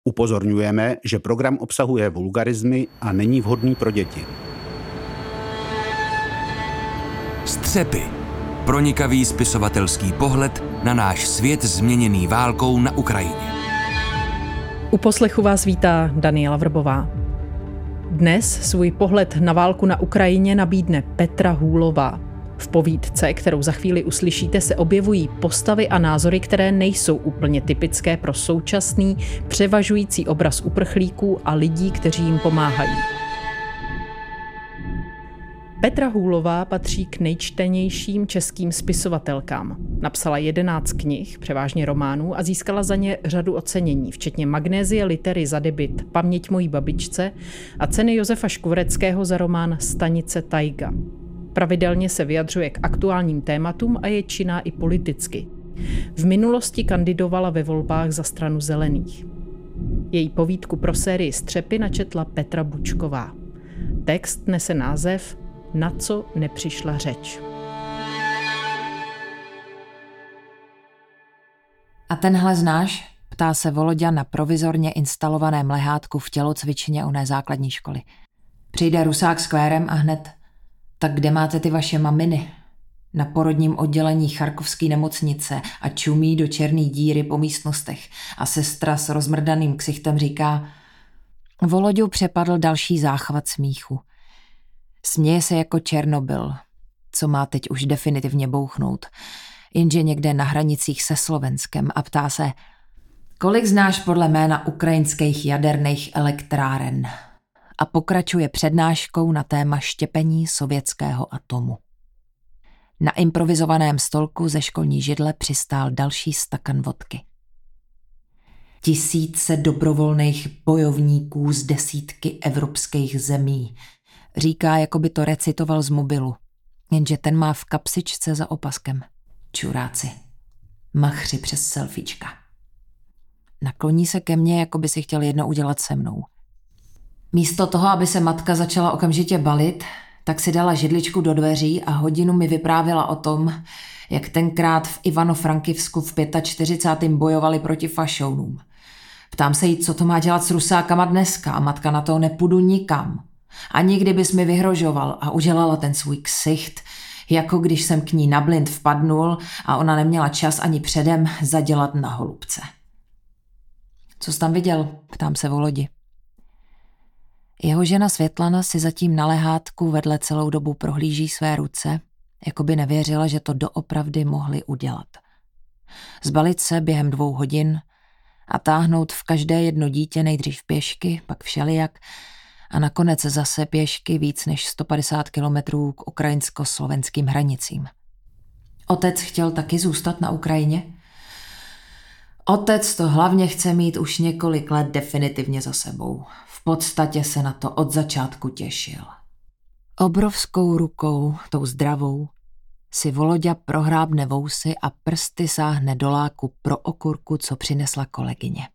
Upozorňujeme, že program obsahuje vulgarizmy a není vhodný pro děti. Střepy. Pronikavý spisovatelský pohled na náš svět změněný válkou na Ukrajině. U poslechu vás vítá Daniela Vrbová. Dnes svůj pohled na válku na Ukrajině nabídne Petra Hůlová. V povídce, kterou za chvíli uslyšíte, se objevují postavy a názory, které nejsou úplně typické pro současný, převažující obraz uprchlíků a lidí, kteří jim pomáhají. Petra Hůlová patří k nejčtenějším českým spisovatelkám. Napsala 11 knih, převážně románů, a získala za ně řadu ocenění, včetně Magnézie litery za debut Paměť mojí babičce a ceny Josefa Škvoreckého za román Stanice Tajga. Pravidelně se vyjadřuje k aktuálním tématům a je činná i politicky. V minulosti kandidovala ve volbách za stranu Zelených. Její povídku pro sérii Střepy načetla Petra Bučková. Text nese název Na co nepřišla řeč. A tenhle znáš? Ptá se Volodya na provizorně instalovaném lehátku v tělocvičně oné základní školy. Přijde Rusák s kvérem a hned: tak kde máte ty vaše maminy? Na porodním oddělení Charkovské nemocnice a čumí do černý díry po místnostech a sestra s rozmrdaným ksichtem říká... Volodyu přepadl další záchvat smíchu. Směje se jako Černobyl, co má teď už definitivně bouchnout, jenže někde na hranicích se Slovenskem, a ptá se, kolik znáš podle jména ukrajinských jaderných elektráren? A pokračuje přednáškou na téma štěpení sovětského atomu. Na improvizovaném stolku ze školní židle přistál další stakan vodky. Tisíce dobrovolných bojovníků z desítky evropských zemí, říká, jako by to recitoval z mobilu, jenže ten má v kapsičce za opaskem. Čuráci. Machři přes selfiečka. Nakloní se ke mně, jako by si chtěl jedno udělat se mnou. Místo toho, aby se matka začala okamžitě balit, tak si dala židličku do dveří a hodinu mi vyprávěla o tom, jak tenkrát v Ivano-Frankivsku v 45. bojovali proti fašounům. Ptám se jí, co to má dělat s Rusákama dneska, a matka na to: nepůjdu nikam. A nikdy bys mi vyhrožoval, a udělala ten svůj ksicht, jako když jsem k ní na blind vpadnul a ona neměla čas ani předem zadělat na holubce. Co jsi tam viděl? Ptám se Volodi. Jeho žena Světlana si zatím na lehátku vedle celou dobu prohlíží své ruce, jako by nevěřila, že to doopravdy mohli udělat. Zbalit se během 2 hodin a táhnout v každé jedno dítě nejdřív pěšky, pak všelijak a nakonec zase pěšky víc než 150 kilometrů k ukrajinsko-slovenským hranicím. Otec chtěl taky zůstat na Ukrajině? Otec to hlavně chce mít už několik let definitivně za sebou. V podstatě se na to od začátku těšil. Obrovskou rukou, tou zdravou, si Volodya prohrábne vousy a prsty sáhne do láku pro okurku, co přinesla kolegyně.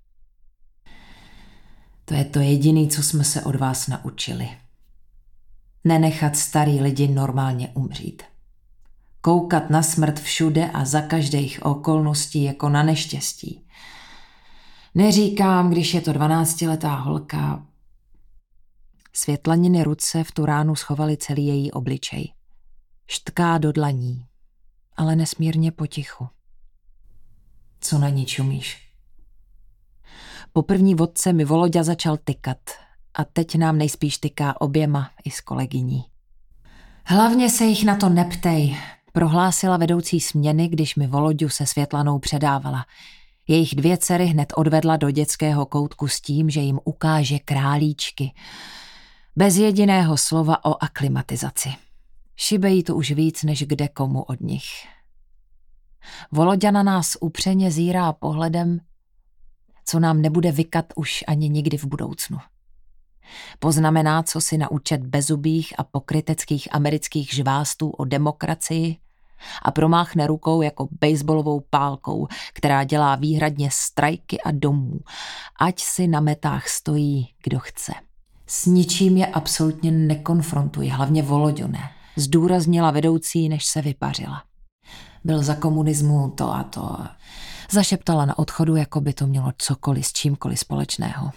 To je to jediné, co jsme se od vás naučili. Nenechat starý lidi normálně umřít. Koukat na smrt všude a za každých okolností jako na neštěstí. Neříkám, když je to 12letá holka. Světlaniny ruce v tu ránu schovaly celý její obličej. Štká do dlaní, ale nesmírně potichu. Co na ní čumíš? Po první vodce mi Volodya začal tykat a teď nám nejspíš tyká oběma i s kolegyní. Hlavně se jich na to neptej, prohlásila vedoucí směny, když mi Volodyu se Světlanou předávala. Jejich 2 dcery hned odvedla do dětského koutku s tím, že jim ukáže králíčky. Bez jediného slova o aklimatizaci. Šibe jí to už víc než kde komu od nich. Volodya na nás upřeně zírá pohledem, co nám nebude vykat už ani nikdy v budoucnu. Poznamená, co si na účet bezubých a pokryteckých amerických žvástů o demokracii a promáchne rukou jako baseballovou pálkou, která dělá výhradně strajky a domů, ať si na metách stojí, kdo chce. S ničím je absolutně nekonfrontuji, hlavně Volodyu ne, zdůraznila vedoucí, než se vypařila. Byl za komunismu to a to. Zašeptala na odchodu, jako by to mělo cokoliv s čímkoliv společného.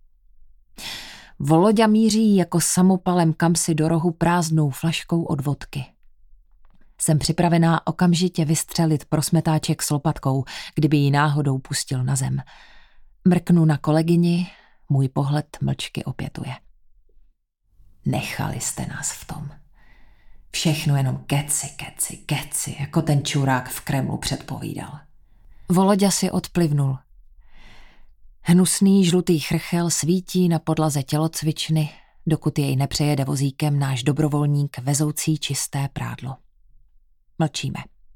Voloďa míří jako samopalem kamsi do rohu prázdnou flaškou od vodky. Jsem připravená okamžitě vystřelit pro smetáček s lopatkou, kdyby ji náhodou pustil na zem. Mrknu na kolegyni, můj pohled mlčky opětuje. Nechali jste nás v tom. Všechno jenom keci, jako ten čurák v Kremlu předpovídal. Voloďa si odplivnul. Hnusný žlutý chrchel svítí na podlaze tělocvičny, dokud jej nepřejede vozíkem náš dobrovolník vezoucí čisté prádlo. Mlčíme.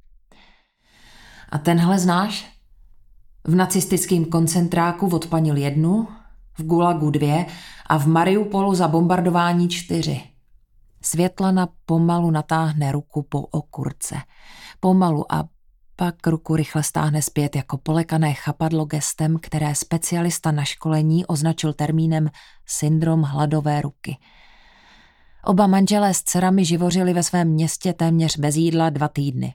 A tenhle znáš? V nacistickém koncentráku odpanil 1, v Gulagu 2 a v Mariupolu za bombardování 4. Světlana pomalu natáhne ruku po okurce. Pomalu a pak ruku rychle stáhne zpět jako polekané chapadlo gestem, které specialista na školení označil termínem syndrom hladové ruky. Oba manželé s dcerami živořili ve svém městě téměř bez jídla 2 týdny.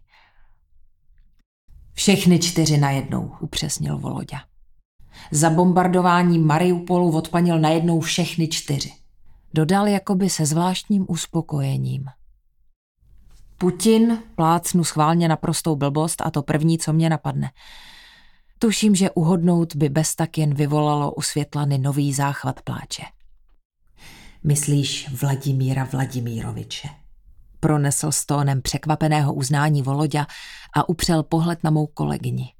Všechny 4 najednou, upřesnil Voloďa. Za bombardování Mariupolu odpanil najednou všechny 4. Dodal jakoby se zvláštním uspokojením. Putin, plácnu schválně naprostou blbost a to první, co mě napadne. Tuším, že uhodnout by bez tak jen vyvolalo u Světlany nový záchvat pláče. Myslíš Vladimíra Vladimíroviče? Pronesl s tónem překvapeného uznání Voloďa a upřel pohled na mou kolegyni.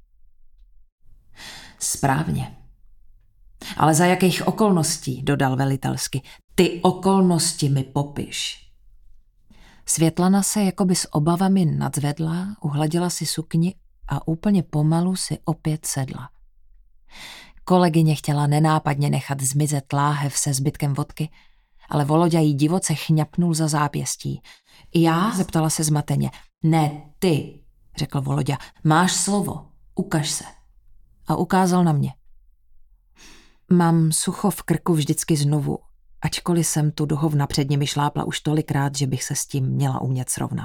Správně. Ale za jakých okolností, dodal velitelsky. Ty okolnosti mi popiš. Světlana se jakoby s obavami nadzvedla, uhladila si sukni a úplně pomalu si opět sedla. Kolegyně chtěla nenápadně nechat zmizet láhev se zbytkem vodky, ale Voloďa jí divoce chňapnul za zápěstí. Já? Zeptala se zmateně. Ne, ty, řekl Voloďa. Máš slovo, ukaž se. A ukázal na mě. Mám sucho v krku vždycky znovu, ačkoliv jsem tu do hovna před nimi šlápla už tolikrát, že bych se s tím měla umět srovnat.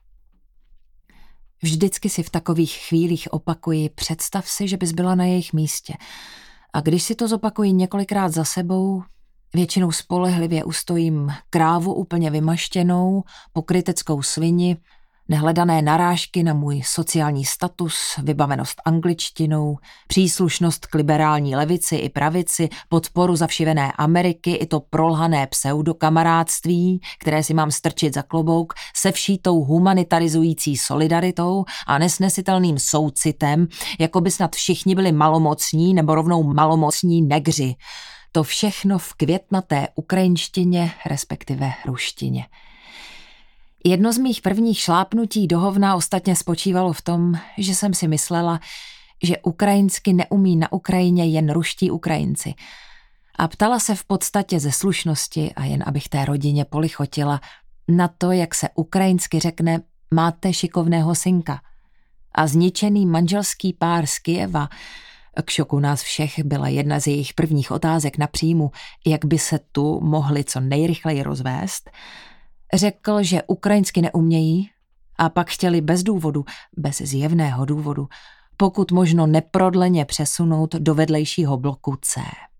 Vždycky si v takových chvílích opakuji, představ si, že bys byla na jejich místě. A když si to zopakuji několikrát za sebou, většinou spolehlivě ustojím krávu úplně vymaštěnou, pokryteckou svini, nehledané narážky na můj sociální status, vybavenost angličtinou, příslušnost k liberální levici i pravici, podporu zavšivené Ameriky i to prolhané pseudokamarádství, které si mám strčit za klobouk, se vší tou humanitarizující solidaritou a nesnesitelným soucitem, jako by snad všichni byli malomocní nebo rovnou malomocní negři. To všechno v květnaté ukrajinštině, respektive ruštině. Jedno z mých prvních šlápnutí do hovna ostatně spočívalo v tom, že jsem si myslela, že ukrajinsky neumí na Ukrajině jen ruští Ukrajinci. A ptala se v podstatě ze slušnosti a jen abych té rodině polichotila na to, jak se ukrajinsky řekne máte šikovného synka. A zničený manželský pár z Kyjeva, k šoku nás všech byla jedna z jejich prvních otázek na příjmu, jak by se tu mohli co nejrychleji rozvést, řekl, že ukrajinsky neumějí a pak chtěli bez důvodu, bez zjevného důvodu, pokud možno neprodleně přesunout do vedlejšího bloku C.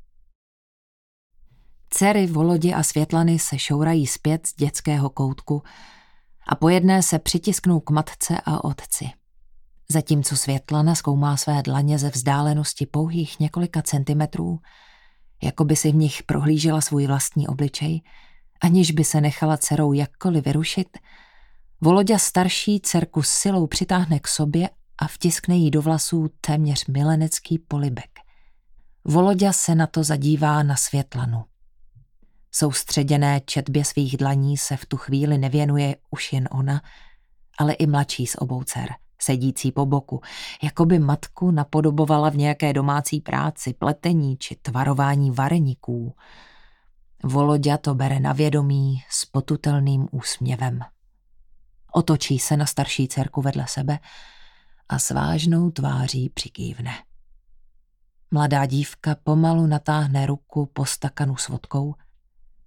Dcery Volodi a Světlany se šourají zpět z dětského koutku a po jedné se přitisknou k matce a otci. Zatímco Světlana zkoumá své dlaně ze vzdálenosti pouhých několika centimetrů, jako by si v nich prohlížela svůj vlastní obličej, aniž by se nechala dcerou jakkoliv vyrušit, Voloďa starší dcerku s silou přitáhne k sobě a vtiskne jí do vlasů téměř milenecký polibek. Voloďa se na to zadívá na Světlanu. Soustředěné četbě svých dlaní se v tu chvíli nevěnuje už jen ona, ale i mladší z obou dcer, sedící po boku, jako by matku napodobovala v nějaké domácí práci, pletení či tvarování vareníků. Voloďa to bere na vědomí s potutelným úsměvem. Otočí se na starší dcerku vedle sebe a s vážnou tváří přikývne. Mladá dívka pomalu natáhne ruku po stakanu s vodkou.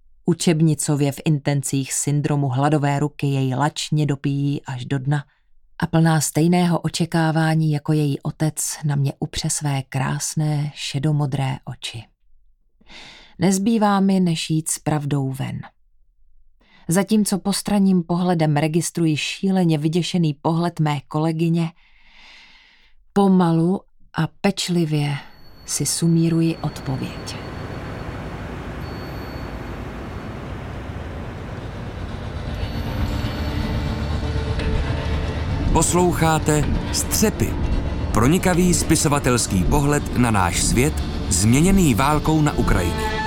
Učebnicově v intencích syndromu hladové ruky jej lačně dopíjí až do dna a plná stejného očekávání jako její otec na mě upře své krásné šedomodré oči. Nezbývá mi, než jít s pravdou ven. Zatímco postranním pohledem registruji šíleně vyděšený pohled mé kolegyně, pomalu a pečlivě si sumíruji odpověď. Posloucháte Střepy. Pronikavý spisovatelský pohled na náš svět, změněný válkou na Ukrajině.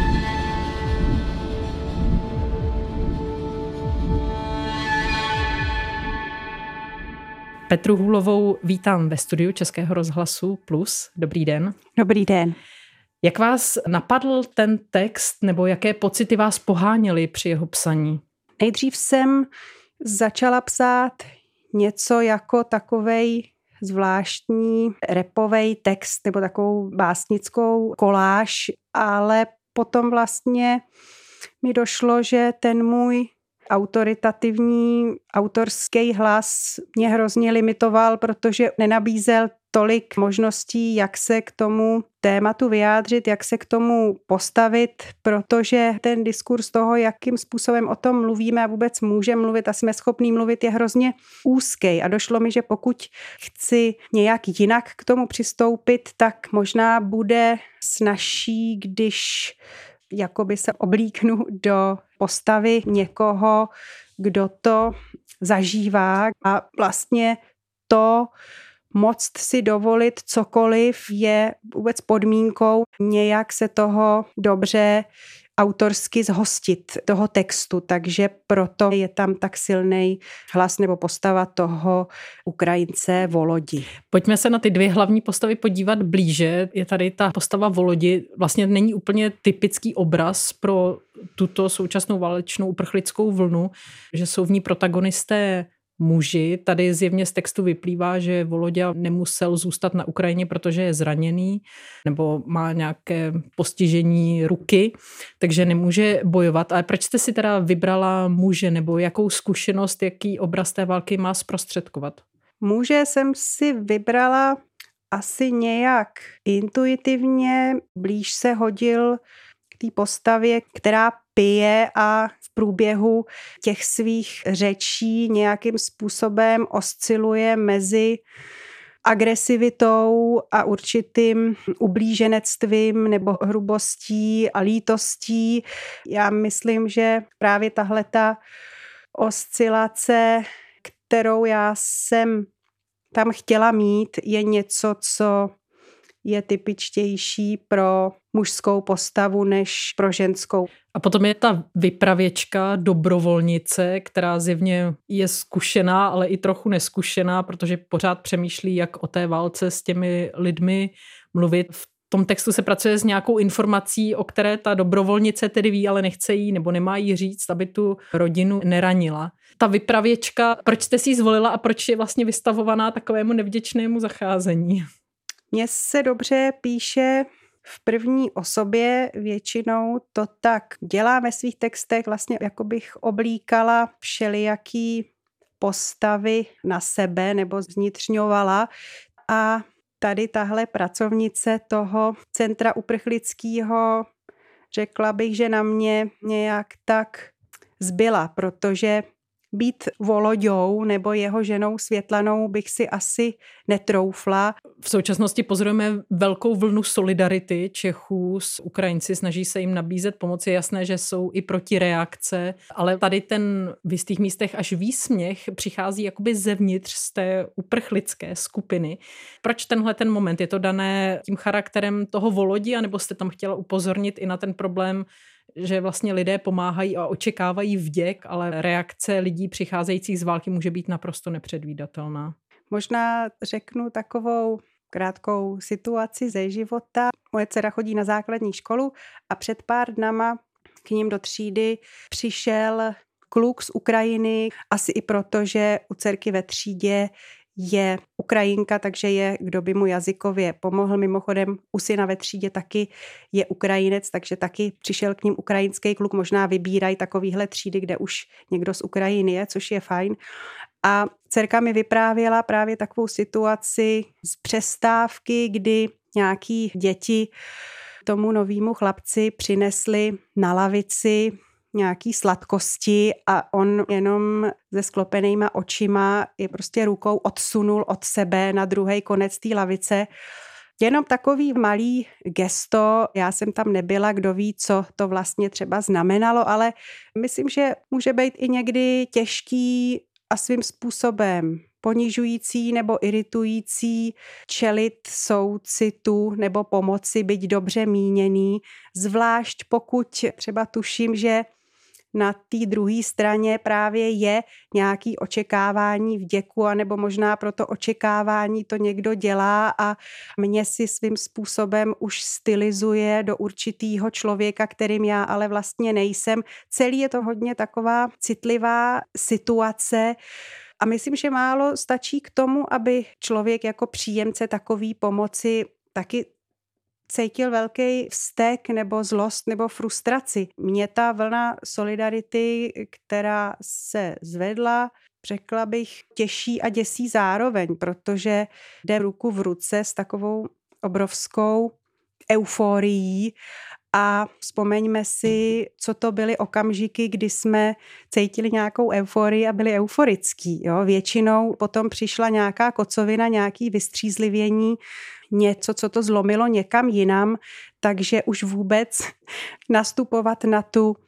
Petru Hůlovou vítám ve studiu Českého rozhlasu Plus. Dobrý den. Dobrý den. Jak vás napadl ten text, nebo jaké pocity vás poháněly při jeho psaní? Nejdřív jsem začala psát něco jako takovej zvláštní rapovej text nebo takovou básnickou koláž, ale potom vlastně mi došlo, že ten můj autoritativní autorský hlas mě hrozně limitoval, protože nenabízel tolik možností, jak se k tomu tématu vyjádřit, jak se k tomu postavit, protože ten diskurs toho, jakým způsobem o tom mluvíme a vůbec můžeme mluvit a jsme schopní mluvit, je hrozně úzký. A došlo mi, že pokud chci nějak jinak k tomu přistoupit, tak možná bude snazší, když jakoby se oblíknu do postavy někoho, kdo to zažívá a vlastně to moct si dovolit cokoliv je vůbec podmínkou nějak se toho dobře autorsky zhostit, toho textu, takže proto je tam tak silný hlas nebo postava toho Ukrajince Volodi. Pojďme se na ty dvě hlavní postavy podívat blíže. Je tady ta postava Volodi, vlastně není úplně typický obraz pro tuto současnou válečnou uprchlickou vlnu, že jsou v ní protagonisté muži. Tady zjevně z textu vyplývá, že Volodya nemusel zůstat na Ukrajině, protože je zraněný nebo má nějaké postižení ruky, takže nemůže bojovat. Ale proč jste si teda vybrala muže nebo jakou zkušenost, jaký obraz té války má zprostředkovat? Muže jsem si vybrala asi nějak intuitivně, blíž se hodil k té postavě, která pije a v průběhu těch svých řečí nějakým způsobem osciluje mezi agresivitou a určitým ublíženectvím nebo hrubostí a lítostí. Já myslím, že právě tahleta oscilace, kterou já jsem tam chtěla mít, je něco, co je typičtější pro mužskou postavu než pro ženskou. A potom je ta vypravěčka, dobrovolnice, která zjevně je zkušená, ale i trochu neskušená, protože pořád přemýšlí, jak o té válce s těmi lidmi mluvit. V tom textu se pracuje s nějakou informací, o které ta dobrovolnice tedy ví, ale nechce jí nebo nemá jí říct, aby tu rodinu neranila. Ta vypravěčka, proč jste si ji zvolila a proč je vlastně vystavovaná takovému nevděčnému zacházení? Mně se dobře píše v první osobě, většinou to tak dělám ve svých textech, vlastně jako bych oblíkala všelijaký postavy na sebe nebo zvnitřňovala a tady tahle pracovnice toho centra uprchlického, řekla bych, že na mě nějak tak zbyla, protože být Voloďou nebo jeho ženou Světlanou bych si asi netroufla. V současnosti pozorujeme velkou vlnu solidarity Čechů s Ukrajinci, snaží se jim nabízet pomoc. Je jasné, že jsou i protireakce, ale tady ten v jistých místech až výsměch přichází jakoby zevnitř z té uprchlické skupiny. Proč tenhle ten moment? Je to dané tím charakterem toho Volodi, anebo jste tam chtěla upozornit i na ten problém, že vlastně lidé pomáhají a očekávají vděk, ale reakce lidí přicházejících z války může být naprosto nepředvídatelná? Možná řeknu takovou krátkou situaci ze života. Moje dcera chodí na základní školu a před pár dnama k ním do třídy přišel kluk z Ukrajiny, asi i proto, že u dcerky ve třídě je Ukrajinka, takže je, kdo by mu jazykově pomohl. Mimochodem u syna ve třídě taky je Ukrajinec, takže taky přišel k ním ukrajinský kluk. Možná vybírají takovýhle třídy, kde už někdo z Ukrajiny je, což je fajn. A dcerka mi vyprávěla právě takovou situaci z přestávky, kdy nějaký děti tomu novému chlapci přinesli na lavici nějaký sladkosti a on jenom se sklopenýma očima je prostě rukou odsunul od sebe na druhý konec té lavice. Jenom takový malý gesto, já jsem tam nebyla, kdo ví, co to vlastně třeba znamenalo, ale myslím, že může být i někdy těžký a svým způsobem ponižující nebo iritující čelit soucitu nebo pomoci, byť dobře míněný, zvlášť pokud třeba tuším, že na té druhé straně právě je nějaké očekávání vděku, anebo možná pro to očekávání to někdo dělá a mě si svým způsobem už stylizuje do určitýho člověka, kterým já ale vlastně nejsem. Celý je to hodně taková citlivá situace a myslím, že málo stačí k tomu, aby člověk jako příjemce takové pomoci taky cítil velký vztek nebo zlost nebo frustraci. Mě ta vlna solidarity, která se zvedla, řekla bych, těší a děsí zároveň, protože jde ruku v ruce s takovou obrovskou euforií a vzpomeňme si, co to byly okamžiky, kdy jsme cítili nějakou euforii a byli euforický. Jo? Většinou potom přišla nějaká kocovina, nějaký vystřízlivění, něco, co to zlomilo někam jinam, takže už vůbec nastupovat na tu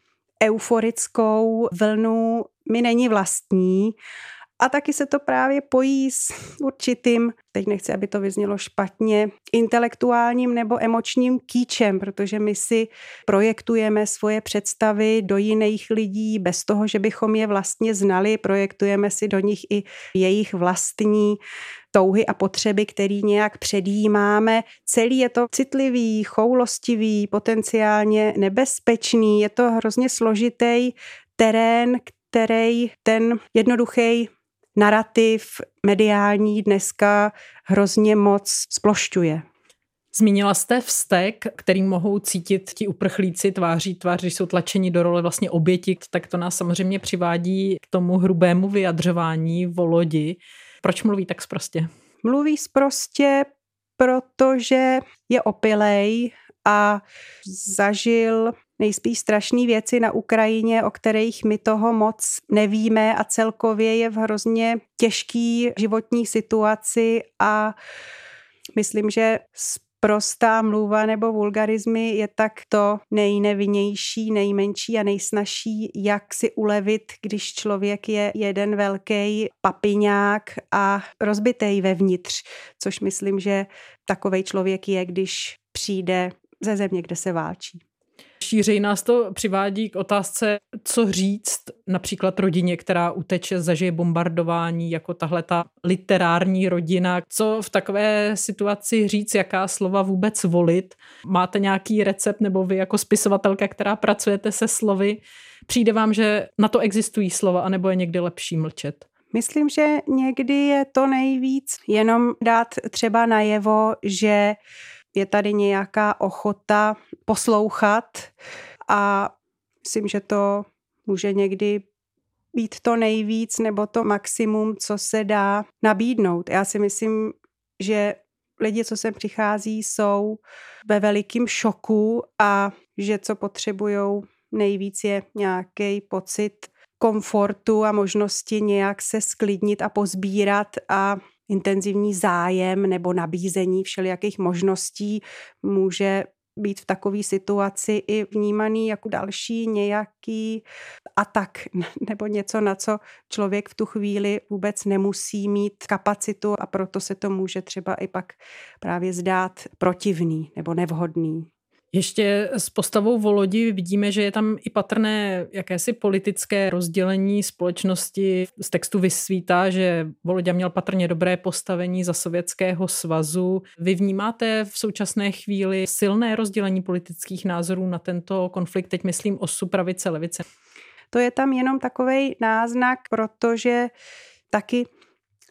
euforickou vlnu mi není vlastní. A taky se to právě pojí s určitým, teď nechci, aby to vyznělo špatně, intelektuálním nebo emočním kýčem, protože my si projektujeme svoje představy do jiných lidí bez toho, že bychom je vlastně znali, projektujeme si do nich i jejich vlastní touhy a potřeby, který nějak předjímáme. Celý je to citlivý, choulostivý, potenciálně nebezpečný, je to hrozně složitý terén, který ten jednoduchý narrativ mediální dneska hrozně moc splošťuje. Zmínila jste vztek, který mohou cítit ti uprchlíci tváří tvář, když jsou tlačeni do role vlastně oběti, tak to nás samozřejmě přivádí k tomu hrubému vyjadřování Volodi. Proč mluví tak sprostě? Mluví sprostě, protože je opilej a zažil nejspíš strašné věci na Ukrajině, o kterých my toho moc nevíme a celkově je v hrozně těžký životní situaci a myslím, že sprostá mluva nebo vulgarismy je tak to nejnevinnější, nejmenší a nejsnažší, jak si ulevit, když člověk je jeden velký papiňák a rozbitej vevnitř, což myslím, že takovej člověk je, když přijde ze země, kde se válčí. Šířej nás to přivádí k otázce, co říct například rodině, která uteče, zažije bombardování, jako tahle ta literární rodina. Co v takové situaci říct, jaká slova vůbec volit? Máte nějaký recept, nebo vy jako spisovatelka, která pracujete se slovy, přijde vám, že na to existují slova, anebo je někdy lepší mlčet? Myslím, že někdy je to nejvíc jenom dát třeba najevo, že je tady nějaká ochota poslouchat a myslím, že to může někdy být to nejvíc nebo to maximum, co se dá nabídnout. Já si myslím, že lidi, co sem přichází, jsou ve velikém šoku a že co potřebujou nejvíc je nějaký pocit komfortu a možnosti nějak se sklidnit a pozbírat a intenzivní zájem nebo nabízení všelijakých možností může být v takové situaci i vnímaný jako další nějaký atak nebo něco, na co člověk v tu chvíli vůbec nemusí mít kapacitu a proto se to může třeba i pak právě zdát protivný nebo nevhodný. Ještě s postavou Volodi vidíme, že je tam i patrné jakési politické rozdělení společnosti. Z textu vysvítá, že Volodya měl patrně dobré postavení za Sovětského svazu. Vy vnímáte v současné chvíli silné rozdělení politických názorů na tento konflikt, teď myslím osu pravice, levice? To je tam jenom takovej náznak, protože taky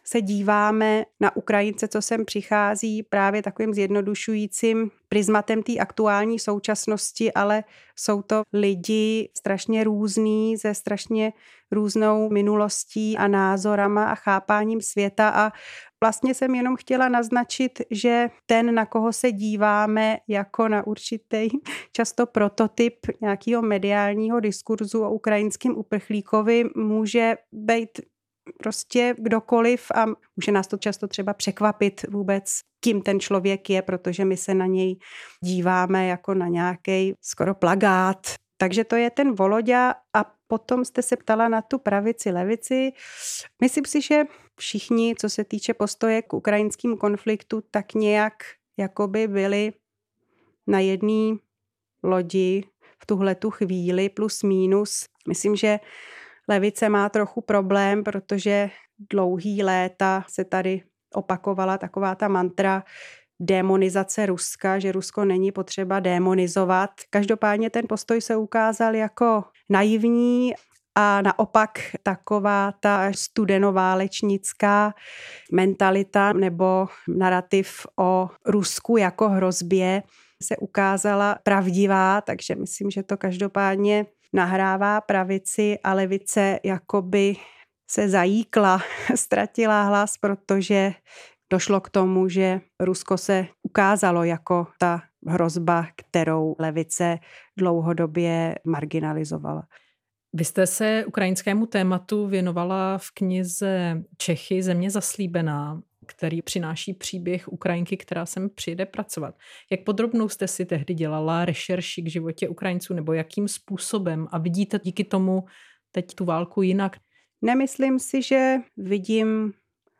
se díváme na Ukrajince, co sem přichází, právě takovým zjednodušujícím prismatem té aktuální současnosti, ale jsou to lidi strašně různý, se strašně různou minulostí a názorama a chápáním světa a vlastně jsem jenom chtěla naznačit, že ten, na koho se díváme jako na určitý často prototyp nějakého mediálního diskurzu o ukrajinském uprchlíkovi, může být prostě kdokoliv a může nás to často třeba překvapit vůbec, kým ten člověk je, protože my se na něj díváme jako na nějaký skoro plagát. Takže to je ten Voloďa a potom jste se ptala na tu pravici, levici. Myslím si, že všichni, co se týče postoje k ukrajinskému konfliktu, tak nějak jakoby byli na jedné lodi v tuhletu chvíli plus mínus. Myslím, že levice má trochu problém, protože dlouhý léta se tady opakovala taková ta mantra démonizace Ruska, že Rusko není potřeba démonizovat. Každopádně ten postoj se ukázal jako naivní a naopak taková ta studenoválečnická mentalita nebo narrativ o Rusku jako hrozbě se ukázala pravdivá, takže myslím, že to každopádně nahrává pravici a levice jakoby se zajíkla, ztratila hlas, protože došlo k tomu, že Rusko se ukázalo jako ta hrozba, kterou levice dlouhodobě marginalizovala. Vy jste se ukrajinskému tématu věnovala v knize Čechy, země zaslíbená, který přináší příběh Ukrajinky, která sem přijede pracovat. Jak podrobnou jste si tehdy dělala rešerši k životě Ukrajinců nebo jakým způsobem a vidíte díky tomu teď tu válku jinak? Nemyslím si, že vidím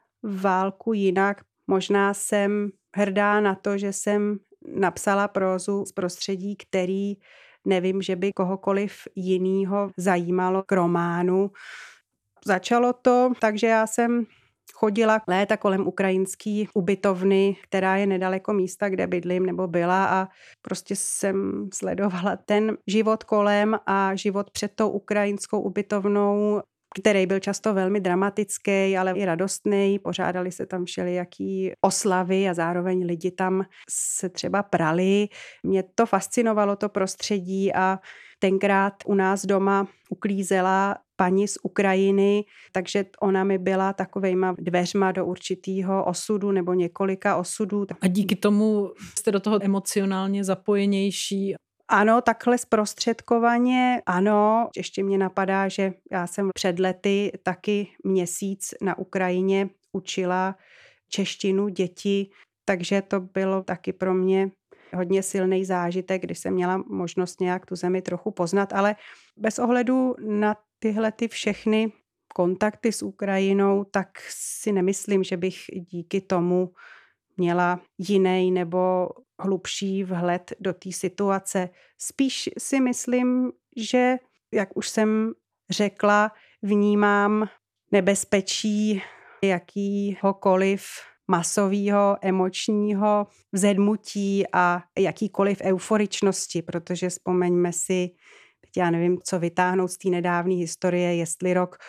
válku jinak. Možná jsem hrdá na to, že jsem napsala prózu z prostředí, který nevím, že by kohokoliv jinýho zajímalo k románu. Začalo to, takže já jsem chodila léta kolem ukrajinské ubytovny, která je nedaleko místa, kde bydlím nebo byla a prostě jsem sledovala ten život kolem a život před tou ukrajinskou ubytovnou, který byl často velmi dramatický, ale i radostný. Pořádali se tam všelijaký oslavy a zároveň lidi tam se třeba prali. Mě to fascinovalo, to prostředí a tenkrát u nás doma uklízela paní z Ukrajiny, takže ona mi byla takovejma dveřma do určitého osudu nebo několika osudů. A díky tomu jste do toho emocionálně zapojenější? Ano, takhle zprostředkovaně, ano. Ještě mě napadá, že já jsem před lety taky měsíc na Ukrajině učila češtinu děti, takže to bylo taky pro mě hodně silný zážitek, když jsem měla možnost nějak tu zemi trochu poznat, ale bez ohledu na tyhle ty všechny kontakty s Ukrajinou, tak si nemyslím, že bych díky tomu měla jiný nebo hlubší vhled do té situace. Spíš si myslím, že, jak už jsem řekla, vnímám nebezpečí jakýhokoliv masového, emočního vzedmutí a jakýkoliv euforičnosti, protože vzpomeňme si, já nevím, co vytáhnout z té nedávné historie, jestli rok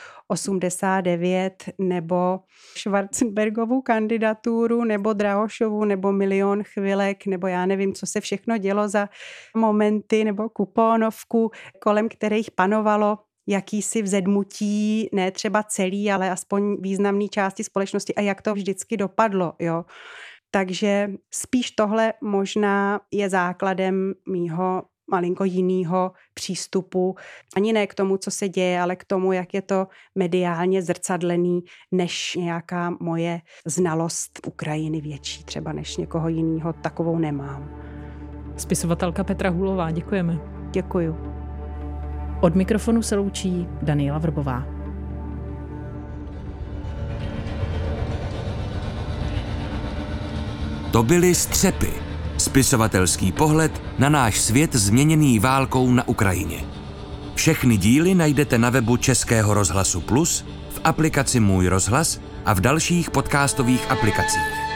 89 nebo Schwarzenbergovu kandidaturu nebo Drahošovu nebo Milion chvilek nebo já nevím, co se všechno dělo za momenty nebo kuponovku, kolem kterých panovalo jakýsi vzedmutí, ne třeba celý, ale aspoň významný části společnosti a jak to vždycky dopadlo, jo. Takže spíš tohle možná je základem mýho malinko jinýho přístupu. Ani ne k tomu, co se děje, ale k tomu, jak je to mediálně zrcadlený, než nějaká moje znalost Ukrajiny větší, třeba než někoho jiného, takovou nemám. Spisovatelka Petra Hůlová, děkujeme. Děkuju. Od mikrofonu se loučí Daniela Vrbová. To byly Střepy. Spisovatelský pohled na náš svět změněný válkou na Ukrajině. Všechny díly najdete na webu Českého rozhlasu Plus, v aplikaci Můj rozhlas a v dalších podcastových aplikacích.